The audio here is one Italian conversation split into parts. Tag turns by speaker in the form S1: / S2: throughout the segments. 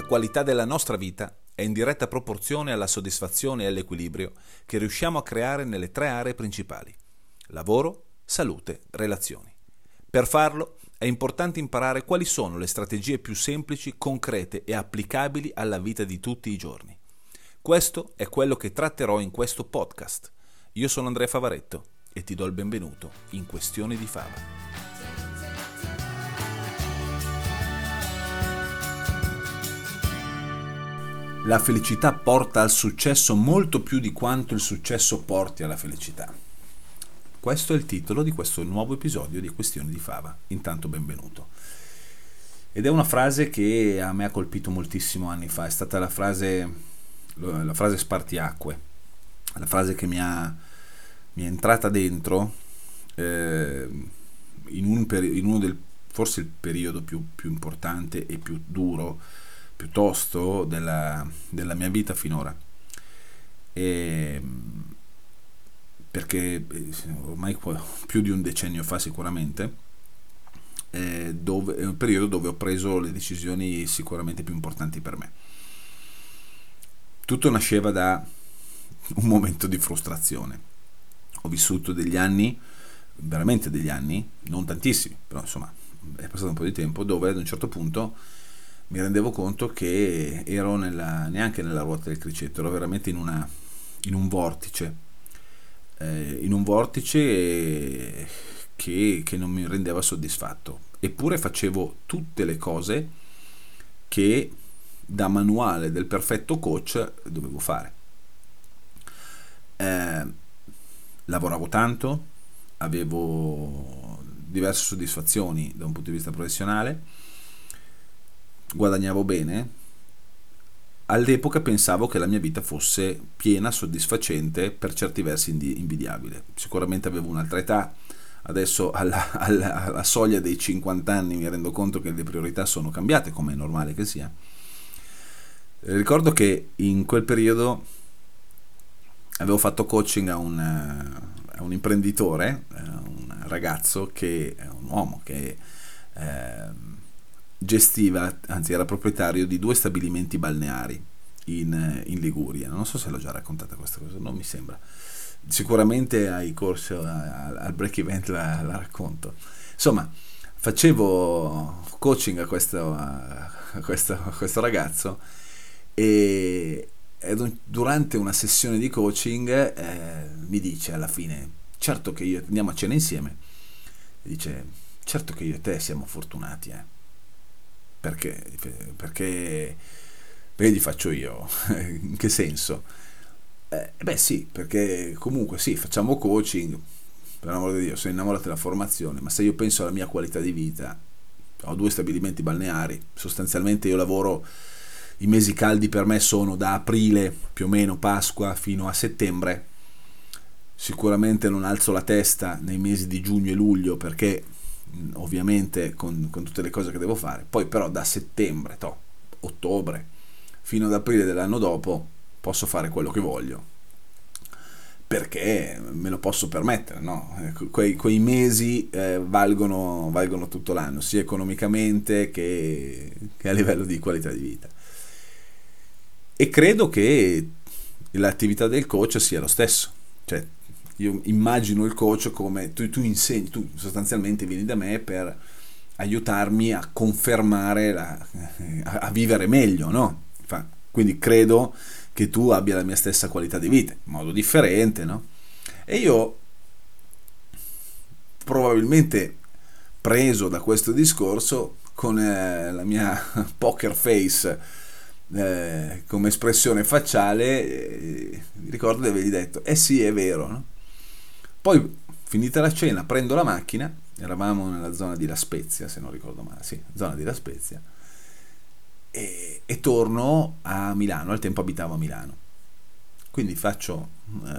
S1: qualità della nostra vita è in diretta proporzione alla soddisfazione e all'equilibrio che riusciamo a creare nelle tre aree principali: lavoro, salute, relazioni. Per farlo è importante imparare quali sono le strategie più semplici, concrete e applicabili alla vita di tutti i giorni. Questo è quello che tratterò in questo podcast. Io sono Andrea Favaretto e ti do il benvenuto in Questioni di Fava. La felicità porta al successo molto più di quanto il successo porti alla felicità. Questo è il titolo di questo nuovo episodio di Questioni di Fava. Intanto benvenuto. Ed è una frase che a me ha colpito moltissimo anni fa. È stata la frase spartiacque, la frase che mi è entrata dentro in uno del forse il periodo più importante e più duro, piuttosto della mia vita finora, perché ormai più di un decennio fa sicuramente, è un periodo dove ho preso le decisioni sicuramente più importanti per me. Tutto nasceva da un momento di frustrazione. Ho vissuto degli anni, veramente degli anni, non tantissimi, però insomma è passato un po' di tempo, dove ad un certo punto mi rendevo conto che ero neanche nella ruota del criceto, ero veramente in un vortice, che non mi rendeva soddisfatto. Eppure facevo tutte le cose che da manuale del perfetto coach dovevo fare. Lavoravo tanto, avevo diverse soddisfazioni da un punto di vista professionale, guadagnavo bene. All'epoca pensavo che la mia vita fosse piena, soddisfacente, per certi versi invidiabile. Sicuramente avevo un'altra età. Adesso alla soglia dei 50 anni mi rendo conto che le priorità sono cambiate, come è normale che sia. Ricordo che in quel periodo avevo fatto coaching a un imprenditore, un ragazzo un uomo che gestiva, anzi era proprietario di 2 stabilimenti balneari in Liguria. Non so se l'ho già raccontata questa cosa, non mi sembra. Sicuramente ai corsi al break event la racconto. Insomma, facevo coaching a questo ragazzo e durante una sessione di coaching mi dice alla fine: certo che io, andiamo a cena insieme, dice: certo che io e te siamo fortunati, perché gli faccio io. In che senso? Beh sì, perché comunque sì, facciamo coaching, per l'amor di Dio, sono innamorato della formazione, ma se io penso alla mia qualità di vita, ho 2 stabilimenti balneari, sostanzialmente io lavoro, i mesi caldi per me sono da aprile, più o meno Pasqua, fino a settembre. Sicuramente non alzo la testa nei mesi di giugno e luglio, perché ovviamente con tutte le cose che devo fare. Poi però da settembre, ottobre, fino ad aprile dell'anno dopo posso fare quello che voglio, perché me lo posso permettere, no? Quei mesi valgono tutto l'anno, sia economicamente che a livello di qualità di vita. E credo che l'attività del coach sia lo stesso. Cioè, io immagino il coach come tu insegni, tu sostanzialmente vieni da me per aiutarmi a confermare, a vivere meglio, no? Quindi credo che tu abbia la mia stessa qualità di vita, in modo differente, no? E io, probabilmente preso da questo discorso, con la mia poker face come espressione facciale, mi ricordo di avergli detto: sì, è vero, no? Poi, finita la cena, prendo la macchina, eravamo nella zona di La Spezia, se non ricordo male, sì, zona di La Spezia, e torno a Milano. Al tempo abitavo a Milano, quindi faccio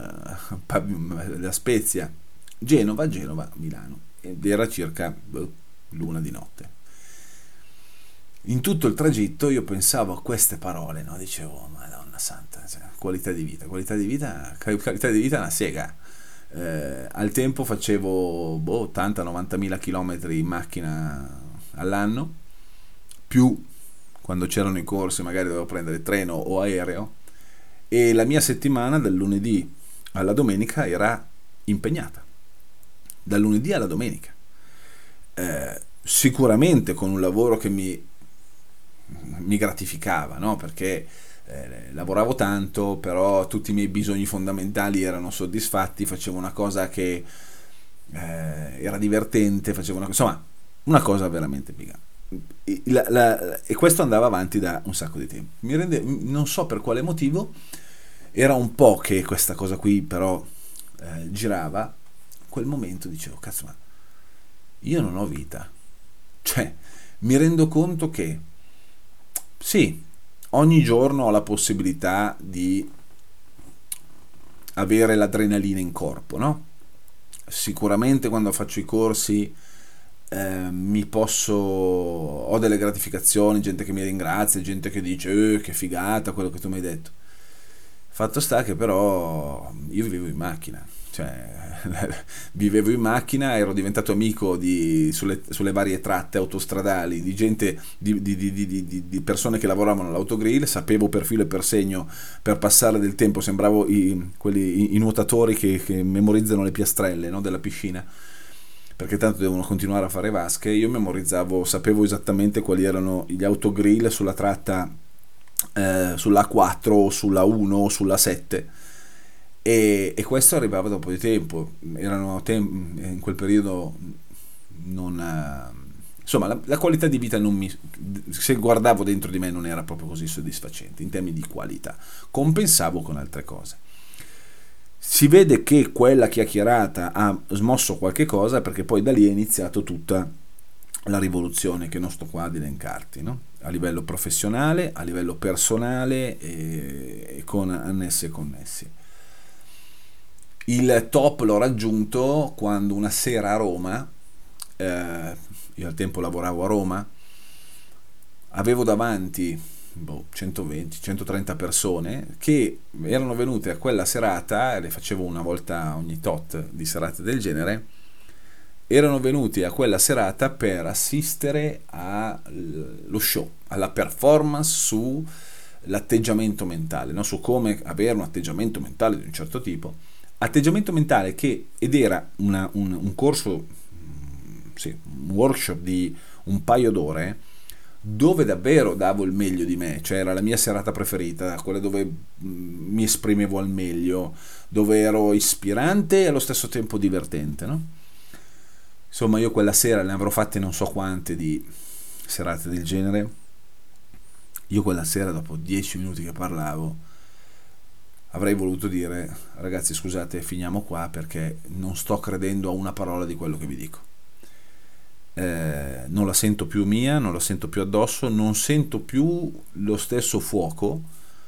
S1: La Spezia, Genova, Milano, ed era circa l'1 di notte. In tutto il tragitto io pensavo a queste parole, no? Dicevo: Madonna santa, cioè, qualità di vita è una sega. Al tempo facevo 80-90 mila chilometri in macchina all'anno, più quando c'erano i corsi magari dovevo prendere treno o aereo, e la mia settimana dal lunedì alla domenica era impegnata, dal lunedì alla domenica. Sicuramente con un lavoro che mi gratificava, no? Perché lavoravo tanto, però tutti i miei bisogni fondamentali erano soddisfatti, facevo una cosa che era divertente, facevo insomma, una cosa veramente figa. E questo andava avanti da un sacco di tempo. Non so per quale motivo, era un po' che questa cosa qui però girava. In quel momento dicevo, cazzo, ma io non ho vita. Cioè, mi rendo conto che sì, ogni giorno ho la possibilità di avere l'adrenalina in corpo, no? Sicuramente quando faccio i corsi ho delle gratificazioni, gente che mi ringrazia, gente che dice che figata quello che tu mi hai detto. Fatto sta che però io vivevo in macchina, cioè vivevo in macchina, ero diventato amico sulle varie tratte autostradali di gente, di persone che lavoravano all'autogrill, sapevo per filo e per segno, per passare del tempo, sembravo i nuotatori che memorizzano le piastrelle, no, della piscina, perché tanto devono continuare a fare vasche. Io sapevo esattamente quali erano gli autogrill sulla tratta, sulla 4 o sulla 1 o sulla 7, e questo arrivava dopo di tempo. In quel periodo insomma la qualità di vita se guardavo dentro di me non era proprio così soddisfacente in termini di qualità, compensavo con altre cose. Si vede che quella chiacchierata ha smosso qualche cosa, perché poi da lì è iniziato tutta la rivoluzione che non sto qua ad elencarti, no? A livello professionale, a livello personale e con annessi e connessi. Il top l'ho raggiunto quando una sera a Roma, io al tempo lavoravo a Roma, avevo davanti 120-130 persone che erano venute a quella serata, le facevo una volta ogni tot di serate del genere, erano venuti a quella serata per assistere allo show, alla performance sull'atteggiamento mentale, no? Su come avere un atteggiamento mentale di un certo tipo, atteggiamento mentale ed era un corso, sì, un workshop di un paio d'ore, dove davvero davo il meglio di me, cioè era la mia serata preferita, quella dove mi esprimevo al meglio, dove ero ispirante e allo stesso tempo divertente, no? Insomma, io quella sera ne avrò fatte non so quante di serate del genere. Io quella sera, dopo 10 minuti che parlavo, avrei voluto dire: ragazzi, scusate, finiamo qua, perché non sto credendo a una parola di quello che vi dico. Non la sento più mia, non la sento più addosso, non sento più lo stesso fuoco.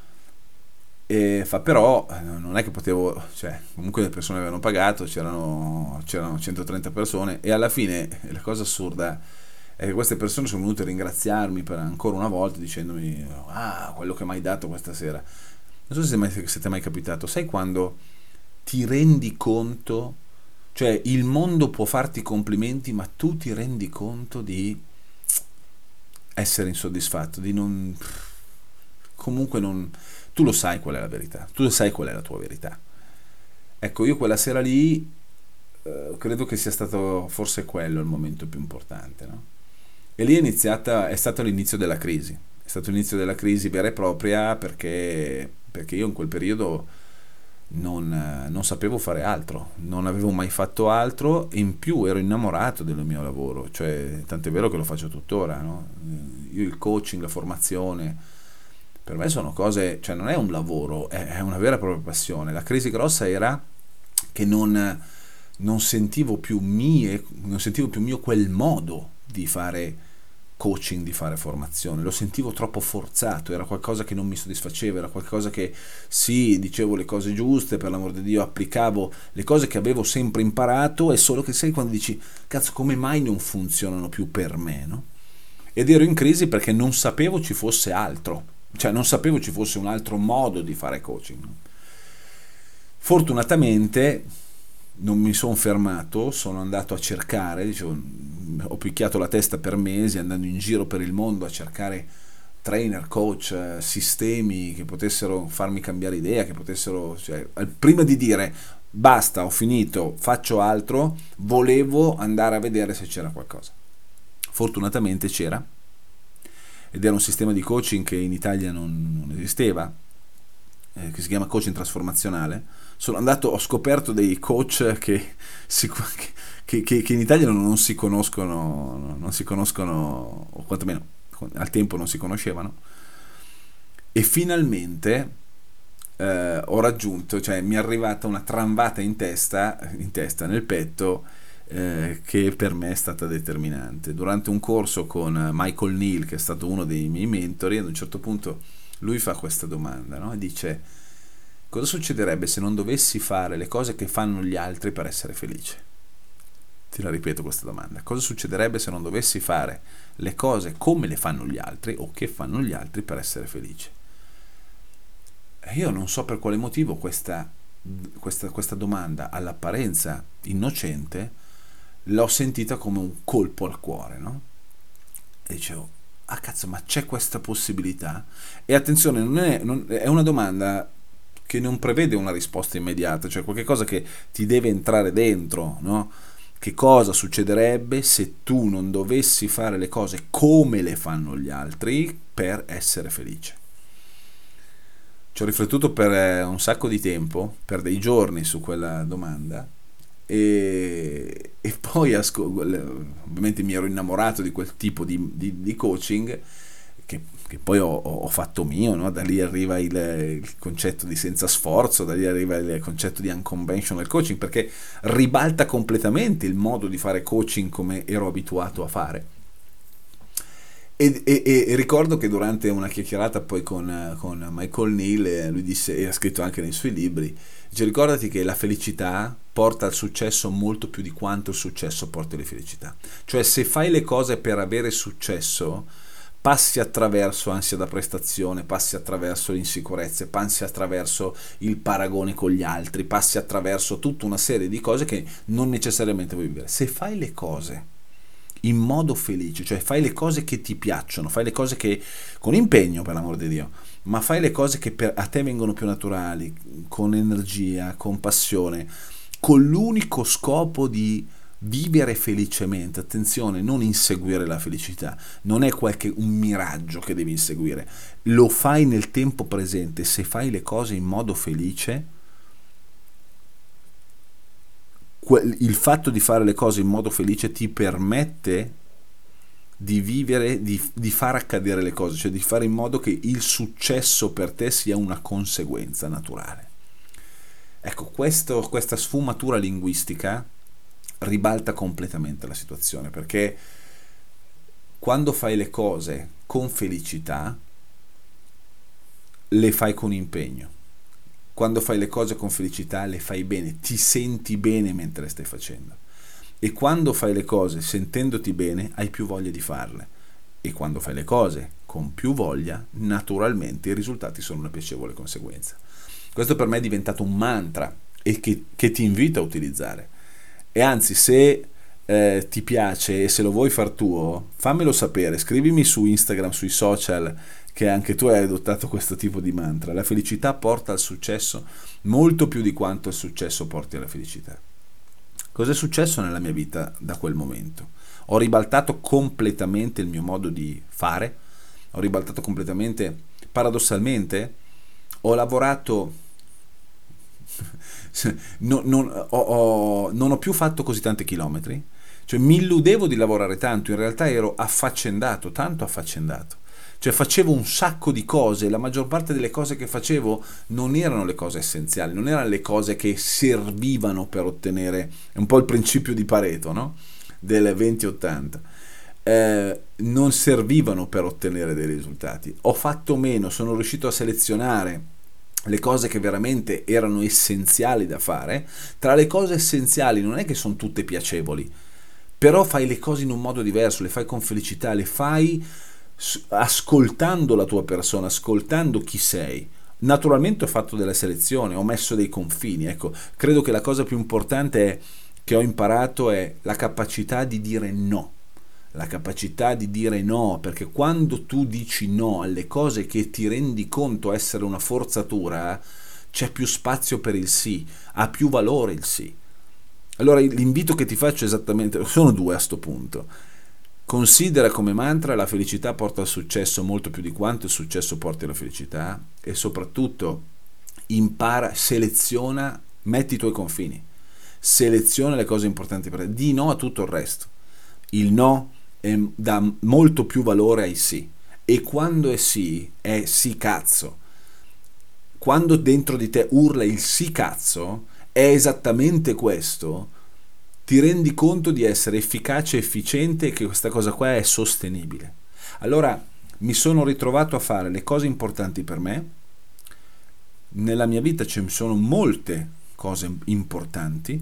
S1: Però non è che potevo, cioè comunque le persone avevano pagato, c'erano 130 persone, e alla fine la cosa assurda è che queste persone sono venute a ringraziarmi per ancora una volta, dicendomi: quello che mi hai dato questa sera. Non so se ti è mai capitato, sai quando ti rendi conto, cioè il mondo può farti complimenti, ma tu ti rendi conto di essere insoddisfatto, di non, comunque non, tu lo sai qual è la verità, tu lo sai qual è la tua verità. Ecco, io quella sera lì credo che sia stato forse quello il momento più importante, no? E lì è stato l'inizio della crisi, è stato l'inizio della crisi vera e propria, perché io in quel periodo non sapevo fare altro, non avevo mai fatto altro, e in più ero innamorato del mio lavoro, cioè tant'è vero che lo faccio tuttora, no? Io il coaching, la formazione, per me sono cose, cioè non è un lavoro, è una vera e propria passione. La crisi grossa era che non sentivo più mio quel modo di fare coaching, di fare formazione, lo sentivo troppo forzato, era qualcosa che non mi soddisfaceva, era qualcosa che sì, dicevo le cose giuste, per l'amor di Dio, applicavo le cose che avevo sempre imparato, è solo che sai quando dici: cazzo, come mai non funzionano più per me, no? Ed ero in crisi perché non sapevo ci fosse altro, cioè non sapevo ci fosse un altro modo di fare coaching. Fortunatamente non mi sono fermato, sono andato a cercare, dicevo, ho picchiato la testa per mesi andando in giro per il mondo a cercare trainer, coach, sistemi che potessero farmi cambiare idea, che potessero, cioè, prima di dire basta, ho finito, faccio altro, volevo andare a vedere se c'era qualcosa. Fortunatamente c'era, ed era un sistema di coaching che in Italia non esisteva, che si chiama coaching trasformazionale. Sono andato, ho scoperto dei coach che in Italia non si conoscono, o quantomeno al tempo non si conoscevano, e finalmente ho raggiunto, cioè mi è arrivata una tramvata in testa, nel petto, che per me è stata determinante. Durante un corso con Michael Neal, che è stato uno dei miei mentori, ad un certo punto lui fa questa domanda, no? E dice: cosa succederebbe se non dovessi fare le cose che fanno gli altri per essere felice? Ti la ripeto questa domanda: cosa succederebbe se non dovessi fare le cose come le fanno gli altri o che fanno gli altri per essere felice? E io non so per quale motivo questa domanda, all'apparenza innocente, l'ho sentita come un colpo al cuore, no? E dicevo: ah cazzo, ma c'è questa possibilità? E attenzione, è una domanda che non prevede una risposta immediata, cioè qualcosa che ti deve entrare dentro, no? Che cosa succederebbe se tu non dovessi fare le cose come le fanno gli altri per essere felice? Ci ho riflettuto per un sacco di tempo, per dei giorni, su quella domanda, e poi ovviamente mi ero innamorato di quel tipo di coaching che poi ho fatto mio, no? Da lì arriva il concetto di senza sforzo, da lì arriva il concetto di unconventional coaching, perché ribalta completamente il modo di fare coaching come ero abituato a fare. E ricordo che durante una chiacchierata poi con Michael Neal, lui disse, e ha scritto anche nei suoi libri, dice: ricordati che la felicità porta al successo molto più di quanto il successo porti alla felicità. Cioè, se fai le cose per avere successo, passi attraverso ansia da prestazione, passi attraverso le insicurezze, passi attraverso il paragone con gli altri, passi attraverso tutta una serie di cose che non necessariamente vuoi vivere. Se fai le cose in modo felice, cioè fai le cose che ti piacciono, fai le cose che con impegno, per l'amor di Dio, ma fai le cose che a te vengono più naturali, con energia, con passione, con l'unico scopo di vivere felicemente. Attenzione, non inseguire la felicità, non è un miraggio che devi inseguire, lo fai nel tempo presente. Se fai le cose in modo felice, il fatto di fare le cose in modo felice ti permette di vivere, di far accadere le cose, cioè di fare in modo che il successo per te sia una conseguenza naturale. Ecco, questa sfumatura linguistica ribalta completamente la situazione, perché quando fai le cose con felicità, le fai con impegno. Quando fai le cose con felicità, le fai bene, ti senti bene mentre le stai facendo. E quando fai le cose sentendoti bene, hai più voglia di farle. E quando fai le cose con più voglia, naturalmente i risultati sono una piacevole conseguenza. Questo per me è diventato un mantra e che ti invito a utilizzare. E anzi, se ti piace e se lo vuoi far tuo, fammelo sapere, scrivimi su Instagram, sui social, che anche tu hai adottato questo tipo di mantra. La felicità porta al successo molto più di quanto il successo porti alla felicità. Cos'è successo nella mia vita da quel momento? Ho ribaltato completamente il mio modo di fare, ho ribaltato completamente, paradossalmente, ho lavorato, non ho più fatto così tanti chilometri, cioè mi illudevo di lavorare tanto, in realtà ero affaccendato, tanto affaccendato. Cioè facevo un sacco di cose, la maggior parte delle cose che facevo non erano le cose essenziali, non erano le cose che servivano per ottenere, è un po' il principio di Pareto, no? Del 20-80. Non servivano per ottenere dei risultati. Ho fatto meno, sono riuscito a selezionare le cose che veramente erano essenziali da fare. Tra le cose essenziali non è che sono tutte piacevoli, però fai le cose in un modo diverso, le fai con felicità, le fai ascoltando la tua persona, ascoltando chi sei. Naturalmente ho fatto della selezione, ho messo dei confini. Ecco, credo che la cosa più importante che ho imparato è la capacità di dire no. la capacità di dire no, perché quando tu dici no alle cose che ti rendi conto essere una forzatura, c'è più spazio per il sì, ha più valore il sì. Allora l'invito che ti faccio è esattamente, sono due a sto punto. Considera come mantra la felicità porta al successo molto più di quanto il successo porti alla felicità, e soprattutto impara, seleziona, metti i tuoi confini, seleziona le cose importanti per te, di no a tutto il resto. Il no dà molto più valore ai sì, e quando è sì cazzo. Quando dentro di te urla il sì cazzo, è esattamente questo, ti rendi conto di essere efficace, efficiente, e che questa cosa qua è sostenibile. Allora mi sono ritrovato a fare le cose importanti per me. Nella mia vita ci sono molte cose importanti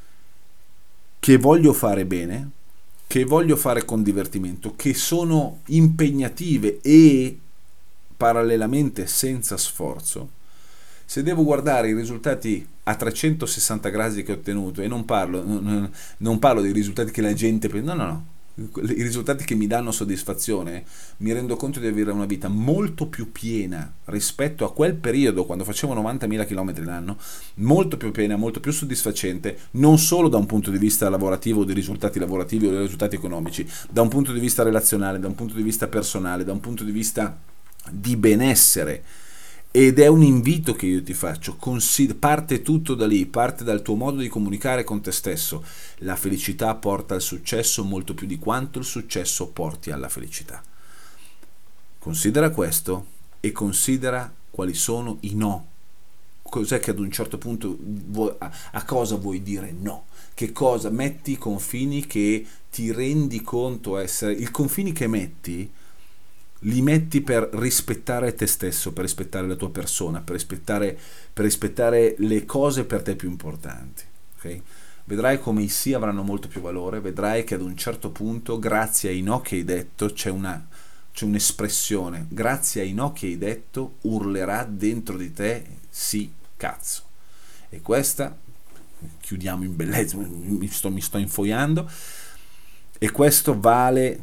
S1: che voglio fare bene, che voglio fare con divertimento, che sono impegnative e parallelamente senza sforzo. Se devo guardare i risultati a 360 gradi che ho ottenuto, e non parlo dei risultati che la gente pensa, no, i risultati che mi danno soddisfazione, mi rendo conto di avere una vita molto più piena rispetto a quel periodo quando facevo 90.000 km l'anno, molto più piena, molto più soddisfacente, non solo da un punto di vista lavorativo, dei risultati lavorativi o dei risultati economici, da un punto di vista relazionale, da un punto di vista personale, da un punto di vista di benessere. Ed è un invito che io ti faccio, parte tutto da lì, parte dal tuo modo di comunicare con te stesso. La felicità porta al successo molto più di quanto il successo porti alla felicità. Considera questo e considera quali sono i no. Cos'è che ad un certo punto a cosa vuoi dire no? Che cosa metti i confini che ti rendi conto essere i confini che metti? Li metti per rispettare te stesso, per rispettare la tua persona, per rispettare le cose per te più importanti. Okay? Vedrai come i sì avranno molto più valore, vedrai che ad un certo punto, grazie ai no che hai detto, c'è un'espressione, grazie ai no che hai detto, urlerà dentro di te sì cazzo. E questa, chiudiamo in bellezza, mi sto infoiando, e questo vale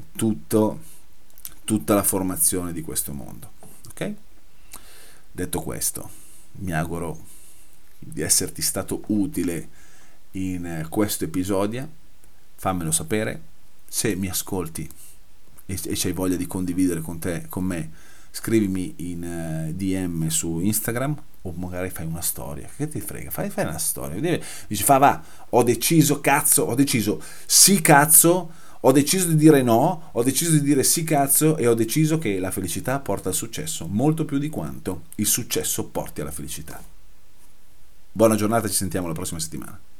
S1: tutta la formazione di questo mondo. Ok? Detto questo, mi auguro di esserti stato utile in questo episodio. Fammelo sapere. Se mi ascolti e c'hai voglia di condividere con me, scrivimi in DM su Instagram, o magari fai una storia. Che ti frega? Fai una storia. Dici, ho deciso sì cazzo, ho deciso di dire no, ho deciso di dire sì cazzo, e ho deciso che la felicità porta al successo, molto più di quanto il successo porti alla felicità. Buona giornata, ci sentiamo la prossima settimana.